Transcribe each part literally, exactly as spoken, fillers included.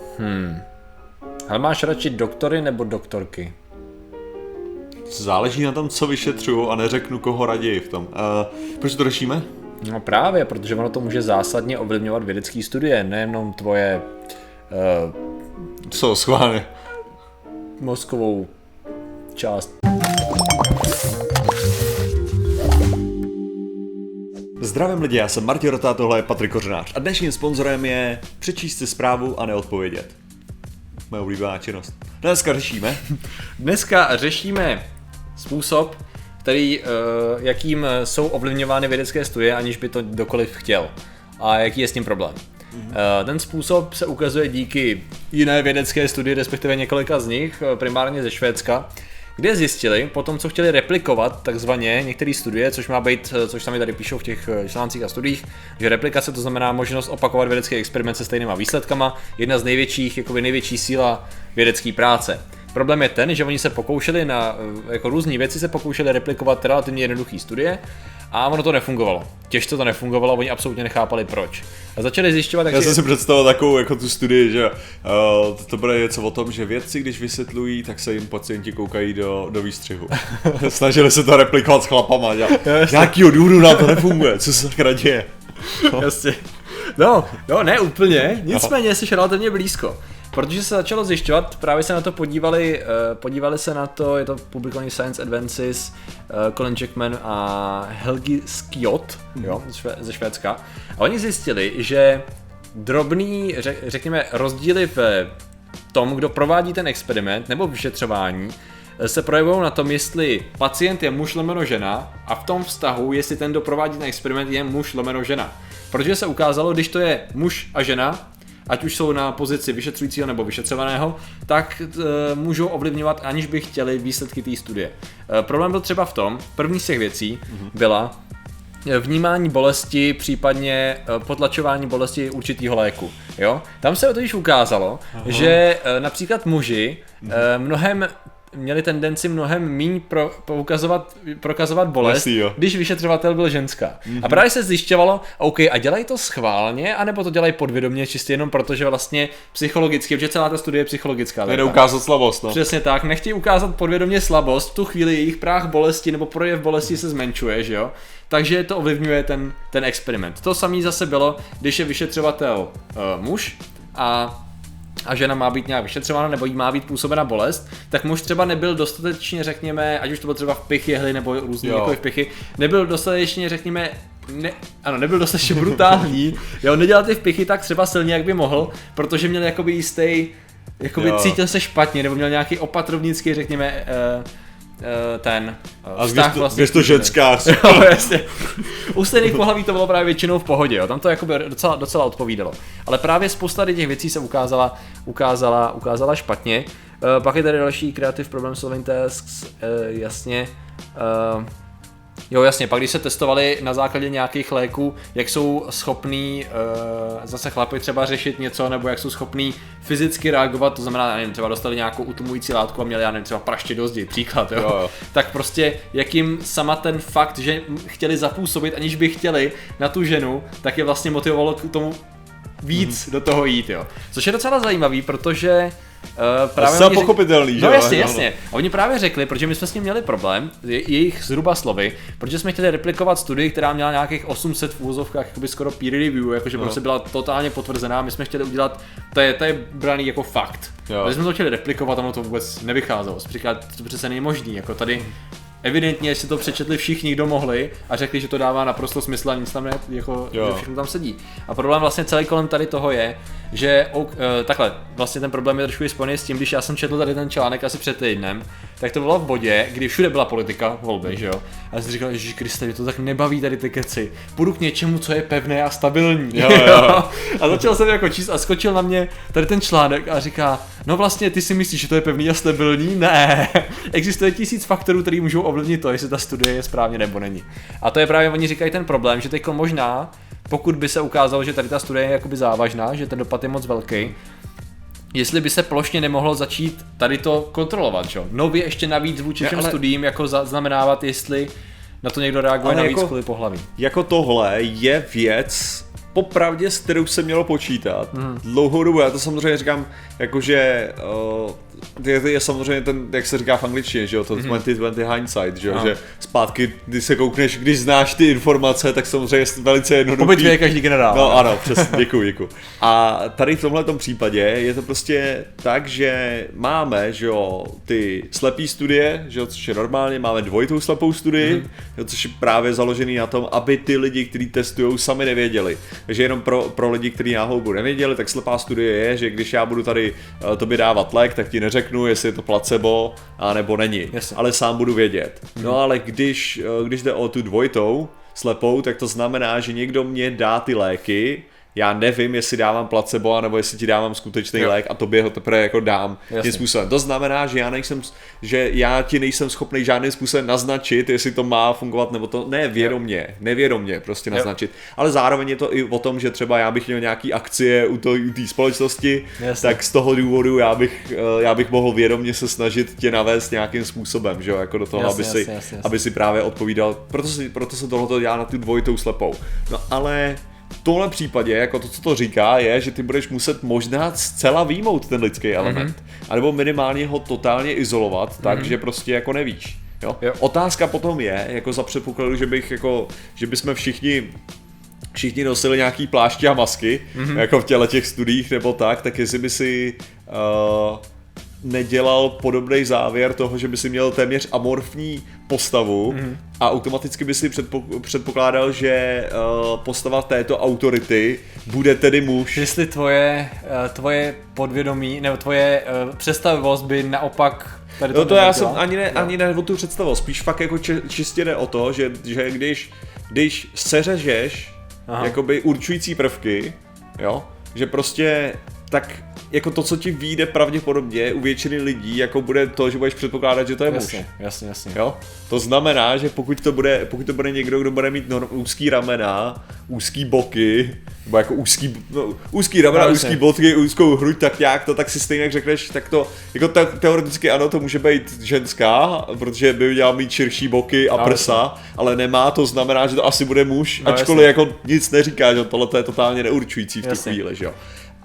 Hmm. Ale máš radši doktory nebo doktorky? Záleží na tom, co vyšetřuju a neřeknu, koho raději v tom. Uh, proč to řešíme? No právě, protože ono to může zásadně ovlivňovat vědecké studie, nejenom tvoje uh, Co, schválně? mozkovou část. Zdravím lidi, já jsem Martin Rota, tohle je Patrik Kořenář a dnešním sponzorem je přečíst si zprávu a neodpovědět. Moje oblíbená činnost. Dneska řešíme. Dneska řešíme způsob, který, uh, jakým jsou ovlivňovány vědecké studie, aniž by to kdokoliv chtěl. A jaký je s tím problém. Mm-hmm. Uh, ten způsob se ukazuje díky jiné vědecké studii, respektive několika z nich, primárně ze Švédska, kde zjistili, po tom, co chtěli replikovat takzvaně některé studie, což má být, což sami tady píšou v těch článcích a studiích, že replikace to znamená možnost opakovat vědecký experiment se stejnýma výsledkama, jedna z největších, jakoby největší síla vědecké práce. Problém je ten, že oni se pokoušeli na, jako různý věci se pokoušeli replikovat relativně jednoduché studie a ono to nefungovalo. Těžce to nefungovalo, oni absolutně nechápali proč. A začali zjišťovat, jak Já jsem si představil takovou jako tu studii, že uh, to bude něco o tom, že vědci, když vysvětlují, tak se jim pacienti koukají do, do výstřihu. Snažili se to replikovat s chlapama, že nějakýho důvodu nám to nefunguje, co se tak děje. No. Jasně. No, no, ne úplně, nicméně jsi relativně blízko. Protože se začalo zjišťovat, právě se na to podívali, uh, podívali se na to, je to publikovaný Science Advances, uh, Colin Jackman a Helgi Skjot, mm. jo, ze Švédska. A oni zjistili, že drobný, řekněme, rozdíly v tom, kdo provádí ten experiment nebo vyšetřování, se projevují na tom, jestli pacient je muž lomeno žena a v tom vztahu, jestli ten, kdo provádí ten experiment, je muž lomeno žena. Protože se ukázalo, když to je muž a žena, ať už jsou na pozici vyšetřujícího nebo vyšetřovaného, tak e, můžou ovlivňovat, aniž by chtěli výsledky té studie. E, problém byl třeba v tom, první z těch věcí mm-hmm. byla vnímání bolesti, případně e, potlačování bolesti určitého léku. Jo? Tam se totiž ukázalo, Aha. že e, například muži e, mnohem měli tendenci mnohem míň pro, poukazovat, prokazovat bolest, Jasný, když vyšetřovatel byl ženská. Mm-hmm. A právě se zjišťovalo, OK, a dělají to schválně, anebo to dělají podvědomě, čistě jenom protože vlastně psychologicky, protože celá ta studie je psychologická. Nejde ukázat slabost, no. Přesně tak, nechtějí ukázat podvědomě slabost, v tu chvíli jejich práh bolesti nebo projev bolesti se zmenšuje, že jo? Takže to ovlivňuje ten, ten experiment. To samé zase bylo, když je vyšetřovatel uh, muž a a žena má být nějak vyšetřována nebo jí má být působena bolest, tak muž třeba nebyl dostatečně, řekněme, ať už to bylo třeba v pichy jehly nebo různý jako v pichy, nebyl dostatečně, řekněme, ne, ano, nebyl dostatečně brutální, jo, nedělal ty vpichy tak třeba silně, jak by mohl, protože měl jakoby jistý, jakoby jo. cítil se špatně, nebo měl nějaký opatrovnický, řekněme, uh, ten a vztah vlastně. A to ženská. Jo, jasně. U stejných pohlaví to bylo právě většinou v pohodě, jo. Tam to jakoby docela, docela odpovídalo. Ale právě spousta těch věcí se ukázala, ukázala, ukázala špatně. Uh, pak je tady další Creative Problem Solving Tasks, uh, jasně. Uh, Jo, jasně, pak když se testovali na základě nějakých léků, jak jsou schopní uh, zase chlapi třeba řešit něco, nebo jak jsou schopní fyzicky reagovat, to znamená, já nevím, třeba dostali nějakou utlumující látku a měli, já nevím, třeba praště do zdi, příklad, jo? Jo, jo. Tak prostě, jak jim sama ten fakt, že chtěli zapůsobit, aniž by chtěli na tu ženu, tak je vlastně motivovalo k tomu víc mm. do toho jít, jo. Což je docela zajímavý, protože Uh, právě to je pochopitelný, že no jasně, jasně. A oni právě řekli, protože my jsme s ním měli problém, jejich zhruba slovy, protože jsme chtěli replikovat studii, která měla nějakých osm set v úvozovkách, jakoby skoro peer review, jakože no. prostě byla totálně potvrzená, my jsme chtěli udělat, to je, to je braný jako fakt. Ale jsme to chtěli replikovat, ono to vůbec nevycházelo, říkat, to přece není možný, jako tady evidentně si to přečetli všichni, kdo mohli a řekli, že to dává naprosto smysl a nic tam ne, jako, že všechno tam sedí. A problém vlastně celý kolem tady toho je, že uh, takhle, vlastně ten problém je trošku spojený s tím, když já jsem četl tady ten článek asi před týdnem, tak to bylo v bodě, kdy všude byla politika, volby, že jo. A já jsem říkal, Ježíš Kriste, mě to tak nebaví tady ty keci. Půjdu k něčemu, co je pevné a stabilní. Jo, jo. A začal jsem jako číst a skočil na mě tady ten článek a říká, no vlastně ty si myslíš, že to je pevný a stabilní? Ne. Existuje tisíc faktorů, který můžou ovlivnit to, jestli ta studie je správně nebo není. A to je právě, oni říkají ten problém, že teď možná, pokud by se ukázalo, že tady ta studie je jakoby závažná, že ten dopad je moc velký, jestli by se plošně nemohlo začít tady to kontrolovat, čo? Nově ještě navíc vůči všem studiím jako zaznamenávat, jestli na to někdo reaguje navíc jako, kvůli pohlaví. Jako tohle je věc popravdě, s kterou se mělo počítat. Mm. Dlouhou dobu, já to samozřejmě říkám, jakože uh, je, je samozřejmě ten, jak se říká v angličtině, že jo, to mm. dvacet dvacet hindsight, že jo, no. Že zpátky, když se koukneš, když znáš ty informace, tak samozřejmě je velice jednoduchý. Po bitvě je každý generál. No ano, přesně, děkuji, děkuji. A tady v tomhletom případě je to prostě tak, že máme, že jo, ty slepý studie, že jo, což je normálně, máme dvojitou slepou studii, mm. jo, což je právě založený na tom, aby ty lidi, kteří testujou, sami nevěděli. Takže jenom pro, pro lidi, kteří náhodou nevěděli, tak slepá studie je, že když já budu tady uh, tobě dávat lék, tak ti neřeknu, jestli je to placebo, a nebo není. Jasně. Ale sám budu vědět. Mm. No ale když, uh, když jde o tu dvojitou slepou, tak to znamená, že někdo mě dá ty léky, já nevím, jestli dávám placebo, nebo jestli ti dávám skutečný jo. lék a tobě ho teprve jako dám tím způsobem. To znamená, že já, nejsem, že já ti nejsem schopný žádným způsobem naznačit, jestli to má fungovat nebo to, ne vědomě, nevědomě prostě naznačit. Jo. Ale zároveň je to i o tom, že třeba já bych měl nějaký akcie u té společnosti, jasně. tak z toho důvodu já bych, já bych mohl vědomě se snažit tě navést nějakým způsobem, že jo, jako do toho, jasně, aby, si, jasně, jasně. aby si právě odpovídal. Proto, si, proto se tohleto dělá na tu dvojitou slepou. No ale v tomhle případě, jako to, co to říká, je, že ty budeš muset možná zcela výjmout ten lidský element, mm-hmm. anebo minimálně ho totálně izolovat, mm-hmm. takže prostě jako nevíš. Jo? Jo. Otázka potom je, jako za předpokladu, že bych jako, že bychom všichni všichni nosili nějaký pláště a masky, mm-hmm. jako v těle těch studiích nebo tak, tak jestli by si uh, nedělal podobný závěr toho, že by si měl téměř amorfní postavu mm. a automaticky by si předpo- předpokládal, že uh, postava této autority bude tedy muž. Jestli tvoje, uh, tvoje podvědomí nebo tvoje uh, představivost by naopak tady to no to já jsem ani ne, ani ne o tu představu, spíš fakt jako či, čistě jde o to, že, že když, když seřežeš Aha. jakoby určující prvky, jo, že prostě tak jako to, co ti vyjde pravděpodobně u většiny lidí, jako bude to, že budeš předpokládat, že to je jasně, muž. Jasně, jasně. Jo? To znamená, že pokud to bude, pokud to bude někdo, kdo bude mít norm, úzký ramena, úzký boky, nebo jako úzký, no, úzký ramena, no, úzký boky, úzkou hruď, tak nějak to, tak si stejně řekneš, tak to, jako te, teoreticky ano, to může být ženská, protože by měla mít širší boky a no, prsa, jasně. ale nemá, to znamená, že to asi bude muž, no, ačkoliv jasně. jako nic neříká, že tohle je totálně neurčující v tu chvíli, že jo.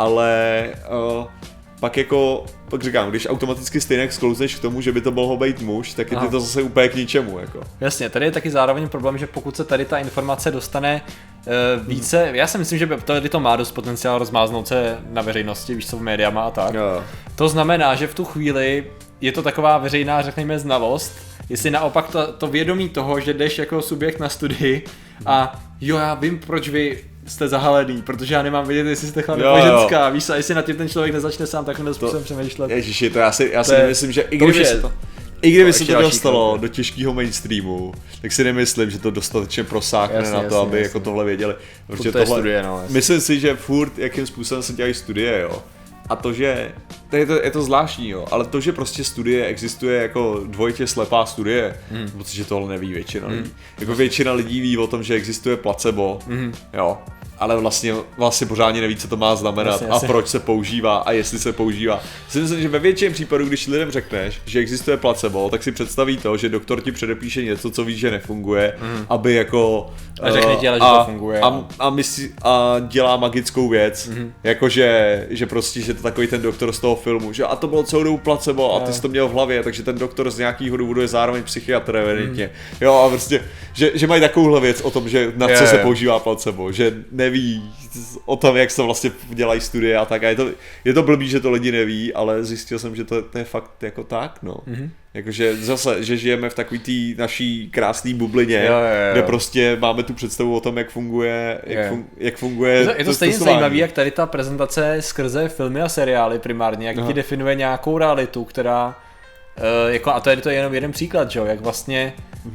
Ale uh, pak jako, pak říkám, když automaticky stejně sklouzneš k tomu, že by to mohlo být muž, tak je to zase úplně k ničemu, jako. Jasně, tady je taky zároveň problém, že pokud se tady ta informace dostane uh, více, hmm. já si myslím, že tady to má dost potenciál rozmáznout se na veřejnosti, víš co, v médiama a tak. Jo. To znamená, že v tu chvíli je to taková veřejná, řekněme, znalost, jestli naopak to, to vědomí toho, že jdeš jako subjekt na studii a jo, já vím, proč vy jste zahalený, protože já nemám vědět, jestli jste chlap nebo ženská, víš, a jestli na tím ten člověk nezačne sám takovým způsobem přemýšlet. Ježiši, to já si, já si to nemyslím, že i kdyby se to, i kdyby se to dostalo klad, do těžkého mainstreamu, tak si nemyslím, že to dostatečně prosákne jasně, na to, jasně, aby jasně. jako tohle věděli. Protože to tohle, studie, no, myslím si, že furt, jakým způsobem se dělají studie, jo. A to, že, to je, to, je to zvláštní, jo, ale to, že prostě studie existuje jako dvojitě slepá studie, hmm. protože tohle neví většina lidí. Hmm. Jako většina lidí ví o tom, že existuje placebo, hmm. jo, ale vlastně, vlastně pořádně neví, co to má znamenat jasně, a jasně. proč se používá a jestli se používá. Myslím, že ve většině případů, když lidem řekneš, že existuje placebo, tak si představí to, že doktor ti předepíše něco, co ví, že nefunguje, mm. aby jako... A řekne ti, ale, že to funguje. A, a, myslí, a dělá magickou věc, mm. jakože že prostě, že to takový ten doktor z toho filmu, že a to bylo celou dobu placebo a ty jsi to měl v hlavě, takže ten doktor z nějakého důvodu je zároveň psychiatr, evidentně. Mm. Jo a prostě, že, že mají takovouhle věc o tom, že na co je, se je. používá placebo, že neví o tom, jak se vlastně dělají studie a tak. A je to, je to blbý, že to lidi neví, ale zjistil jsem, že to, to je fakt jako tak, no. Mm-hmm. Jakože zase, že žijeme v takový té naší krásné bublině, jo, jo, jo. kde prostě máme tu představu o tom, jak funguje, jak, fun, jak funguje Je to, je to stejně zajímavé, jak tady ta prezentace skrze filmy a seriály primárně, jak Aha. ti definuje nějakou realitu, která Uh, jako, a to je to jenom jeden příklad, že jo, jak vlastně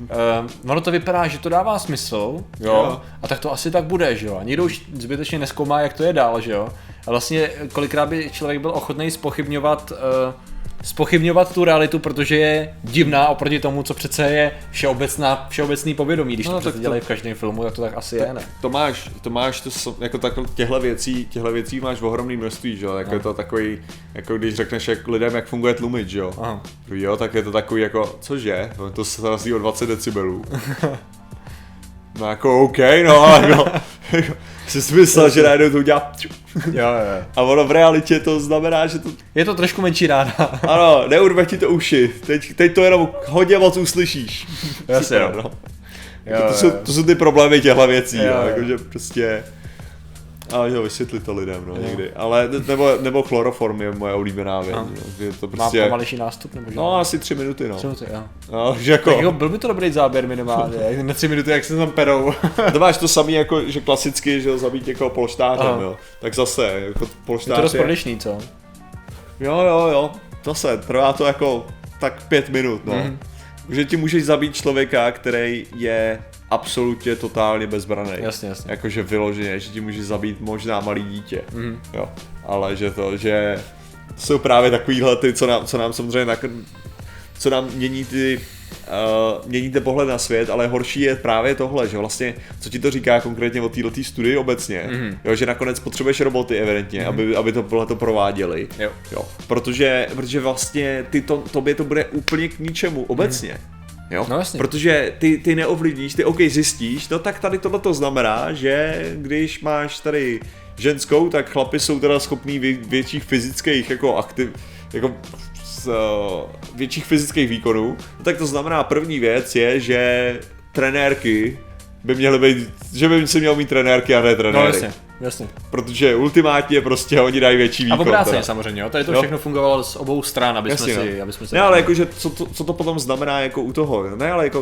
uh, ono to vypadá, že to dává smysl, jo, jo, a tak to asi tak bude, že jo, a nikdo už zbytečně nezkoumá, jak to je dál, že jo, a vlastně kolikrát by člověk byl ochotný zpochybňovat uh, zpochybňovat tu realitu, protože je divná oproti tomu, co přece je všeobecná, všeobecný povědomí, když no, to přece dělají v každém filmu, tak to tak asi tak je, ne? To máš, to máš, to, jako takhle, těchto věcí, těchto věcí máš v ohromný množství, že jo, jako no. je to takový, jako když řekneš jak lidem, jak funguje tlumič, že jo, Aha. jo, tak je to takový jako, cože, to se razí o dvacet decibelů. No jako OK, no, jako, jsi myslel, že najednou to udělá jo, jo. A ono v realitě to znamená, že to... Je to trošku menší rána. Ano, neurve ti to uši, teď, teď to jenom hodně moc uslyšíš. Jasně, no. no. Jo, to, jsou, to jsou ty problémy těchto věcí, jo, no, jo. jakože prostě... A jo, vysvětlit to lidem, no, někdy. Ale nebo, nebo chloroform je moje oblíbená věc. No. To prostě... Má pomalejší nástup? Nebo že? No, asi tři minuty, no. Tři minuty, jo. No, že jako... Tak jo, byl by to dobrý záběr minimálně, na tři minuty, jak se tam perou. To máš to samý, jako, že klasicky, že zabít někoho polštářem, Aha. jo. Tak zase, jako polštář je to dost prodešný, co? Jo, jo, jo, zase, trvá to jako tak pět minut, no. Mm. Že ti můžeš zabít člověka, který je absolutně totálně bezbraný. Jasně, jasně. Jakože vyloženě, že ti může zabít možná malý dítě, Mm. jo. Ale že to, že jsou právě takovýhle ty, co nám, co nám samozřejmě, nakr... co nám mění ty, uh, mění ten pohled na svět, ale horší je právě tohle, že vlastně, co ti to říká konkrétně o této studii obecně, mm. jo, že nakonec potřebuješ roboty evidentně, mm. aby, aby to tohle to prováděli, jo. Jo. Protože, protože vlastně ty to, tobě to bude úplně k ničemu obecně. Mm. Jo? No jasně. Protože ty, ty neovlivníš, ty OK zjistíš, no tak tady tohle to znamená, že když máš tady ženskou, tak chlapi jsou teda schopní vě, větších fyzických jako aktiv, jako z, uh, větších fyzických výkonů, no tak to znamená první věc je, že trenérky by měly být, že by se měl mít trenérky a ne trenéry. No jasně, jasně. Protože ultimátně prostě oni dají větší výkon. A obráceně samozřejmě, jo? Tady to jo? všechno fungovalo z obou stran, aby jasně, jsme no. si, aby jsme si... Ne, ale jakože co to, co to potom znamená jako u toho, ne, ale jako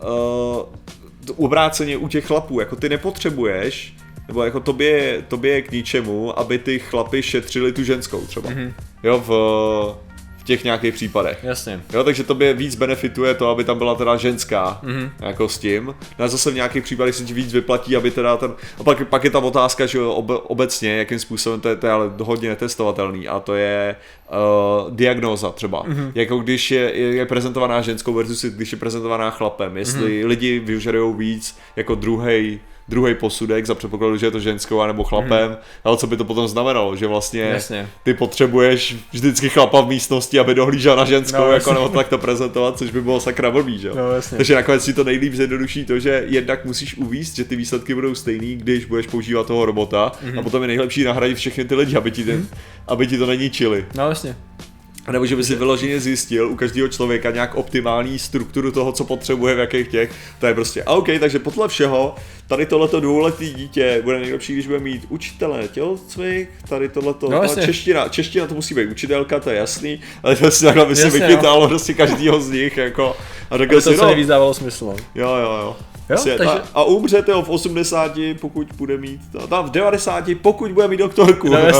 uh, obráceně u těch chlapů, jako ty nepotřebuješ, nebo jako tobě, tobě je k ničemu, aby ty chlapy šetřili tu ženskou třeba, mm-hmm. jo, v, v těch nějakých případech. Jasně. Jo, takže tobě víc benefituje to, aby tam byla teda ženská, mm-hmm. jako s tím. No a zase v nějakých případech se ti víc vyplatí, aby teda ten... A pak, pak je tam otázka, že obe, obecně, jakým způsobem, to je, to je ale hodně netestovatelný, a to je uh, diagnóza třeba. Mm-hmm. Jako když je, je prezentovaná ženskou versus když je prezentovaná chlapem. Jestli mm-hmm. lidi vyžadují víc jako druhej druhý posudek za předpokladu, že je to ženskou nebo chlapem, mm. ale co by to potom znamenalo, že vlastně jasně. ty potřebuješ vždycky chlapa v místnosti, aby dohlížel na ženskou, no, jako nebo tak to prezentovat, což by bylo sakra blbý, že? No, takže nakonec si to nejlíp zjednoduší to, že jednak musíš uvíct, že ty výsledky budou stejný, když budeš používat toho robota, mm. a potom je nejlepší nahradit všechny ty lidi, aby ti, ten, mm. aby ti to neničili. No vlastně. Nebo že by si vyloženě zjistil u každého člověka nějak optimální strukturu toho, co potřebuje, v jakých těch, to je prostě, a OK, takže podle všeho, tady tohleto dvouletý dítě bude nejlepší, když bude mít učitele tělocvik, tady tohleto, no, čeština, čeština to musí být učitelka, to je jasný, ale to si takhle by si vychytalo no. prostě každýho z nich, jako, a řekl to si, se no, nejvíc dávalo smysl. Jo, jo, jo. Jo, Asi, takže... a, a umřete ho v osmdesáti, pokud bude mít, tam v devadesáti, pokud bude mít doktorku. No,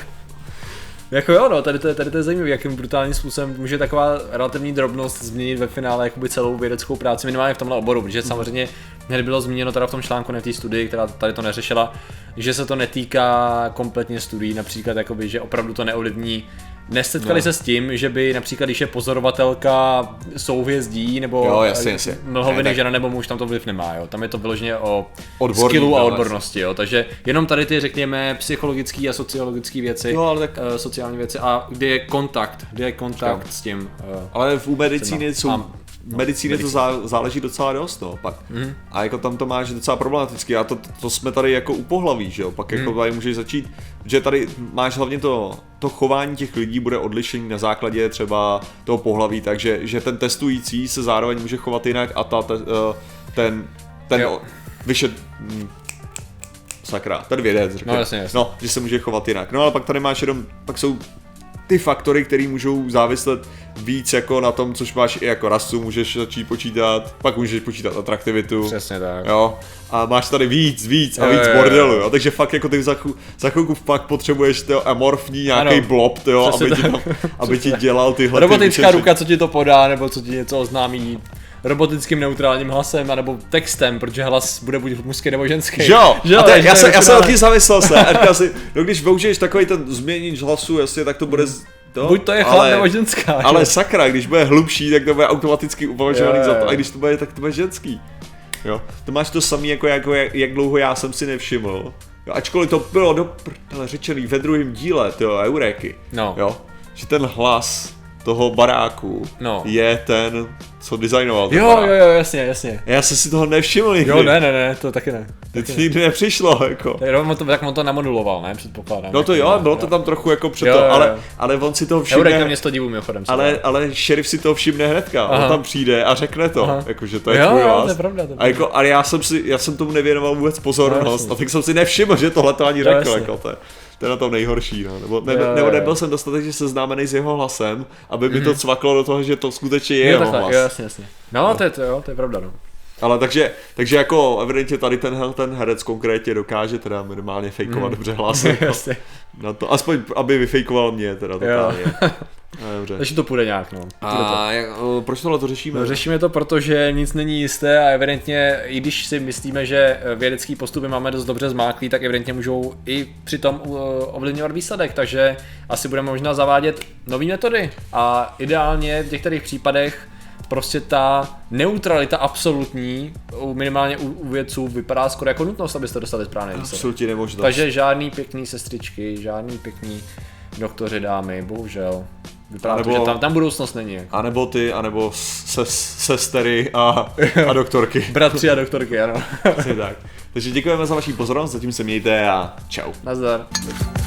jako jo, no, tady to, je, tady to je zajímavé, jakým brutálním způsobem může taková relativní drobnost změnit ve finále jakoby celou vědeckou práci, minimálně v tomhle oboru, protože samozřejmě hned bylo zmíněno teda v tom článku, ne v té studii, která tady to neřešila, že se to netýká kompletně studií, například jakoby, že opravdu to neovlivní. Nesetkali no. se s tím, že by například, když je pozorovatelka souhvězdí nebo jo, jasně, jasně. mlhoviny žena nebo muž, tam to vliv nemá, jo. Tam je to vyloženě o odborný, skillu a no, odbornosti, jo. Takže jenom tady ty, řekněme, psychologické a sociologické věci, no, ale tak... uh, sociální věci a kde je kontakt, kde je kontakt no. s tím. Uh, ale v medicíně jsou... A, No, medicíně to zá, záleží docela dost, no, pak. Mm. A jako tam to máš docela problematicky, a to, to, to jsme tady jako u pohlaví, že jo, pak mm. jako tady můžeš začít, že tady máš hlavně to, to chování těch lidí bude odlišení na základě třeba toho pohlaví, takže že ten testující se zároveň může chovat jinak a ta, te, ten, ten vyšet... Sakra, ten vědec, řekl. No, jasně, jasně. No, že se může chovat jinak, no ale pak tady máš jenom, pak jsou ty faktory, které můžou záviset víc jako na tom, což máš i jako rasu, můžeš začít počítat, pak můžeš počítat atraktivitu. Přesně tak. Jo. A máš tady víc, víc a jo, víc jo, bordelu, jo. jo. Takže fakt jako ty za, za chvilku fakt potřebuješ tyjo, amorfní nějaký blob, tyjo, aby, ti, tam, aby ti dělal tyhle. Robotická ty ruka, co ti to podá, nebo co ti něco oznámí robotickým neutrálním hlasem, anebo textem, protože hlas bude buď mužský nebo ženský. Jo, jo a te, já, se, já jsem taky zamyslel se, a si, no když použiješ takový ten změnič hlasu, jasně, tak to bude... To, buď to je chlap nebo ženská. Ale sakra, když bude hlubší, tak to bude automaticky upovažovaný za to, a když to bude, tak to bude ženský. Jo, to máš to samý, jako, jako jak, jak dlouho já jsem si nevšiml. Jo, ačkoliv to bylo do prdele řečený ve druhém díle, tyjo, Eureky. No. Jo, že ten hlas toho baráku no. je ten, co designoval ten jo, barák. Jo, jo, jasně, jasně. Já jsem si toho nevšiml nikdy. Jo, ne, ne, ne, to taky ne. Mně to nikdy nepřišlo, jako. Tak on to, tak on to namoduloval, ne? Předpokládám. No to jo, jako, bylo to tam trochu jako před jo, to, jo, jo. ale, ale on si toho všimne. Eureka město divu mimochodem. Ale, ale šerif si toho všimne hnedka, Aha. on tam přijde a řekne to, jakože to je jo, tvůj jo, hlas. to je pravda, to je a, jako, ale já jsem, si, já jsem tomu nevěnoval vůbec pozornost, no, a tak jsem si nevšiml, že tohle to ani řekl, no, jako to je. To je na tom nejhorší, no. nebo, ne, jo, nebo jo. nebyl jsem dostatečně seznámený s jeho hlasem, aby mi mm-hmm. to cvaklo do toho, že to skutečně je jo, jeho takhle, hlas. Jo, jasně, jasně. No, no. To, je, to, jo, to je pravda, no. Ale takže, takže jako evidentně tady ten, ten herec konkrétně dokáže teda minimálně fejkovat mm. dobře hlas. Jako, na to, aspoň aby vyfejkoval mě teda totálně. Dobře. Takže to půjde nějak, no. A jak, proč tohle to řešíme? No, řešíme to, protože nic není jisté a evidentně, i když si myslíme, že vědecký postupy máme dost dobře zmáklý, tak evidentně můžou i přitom ovlivňovat výsledek, takže asi budeme možná zavádět nové metody a ideálně v některých případech prostě ta neutralita absolutní, minimálně u, u vědců, vypadá skoro jako nutnost, abyste dostali správný výsledek. Absolutně nemožnost. Takže žádný pěkný sestřičky, žádný pěkný doktoři dámy, bohužel. Vypadá anebo, to, že tam, tam budoucnost není. Jako. A nebo ty, anebo ses, sestery a, a doktorky. Bratři a doktorky, ano. tak. Takže děkujeme za vaši pozornost, zatím se mějte a čau. Nazdar.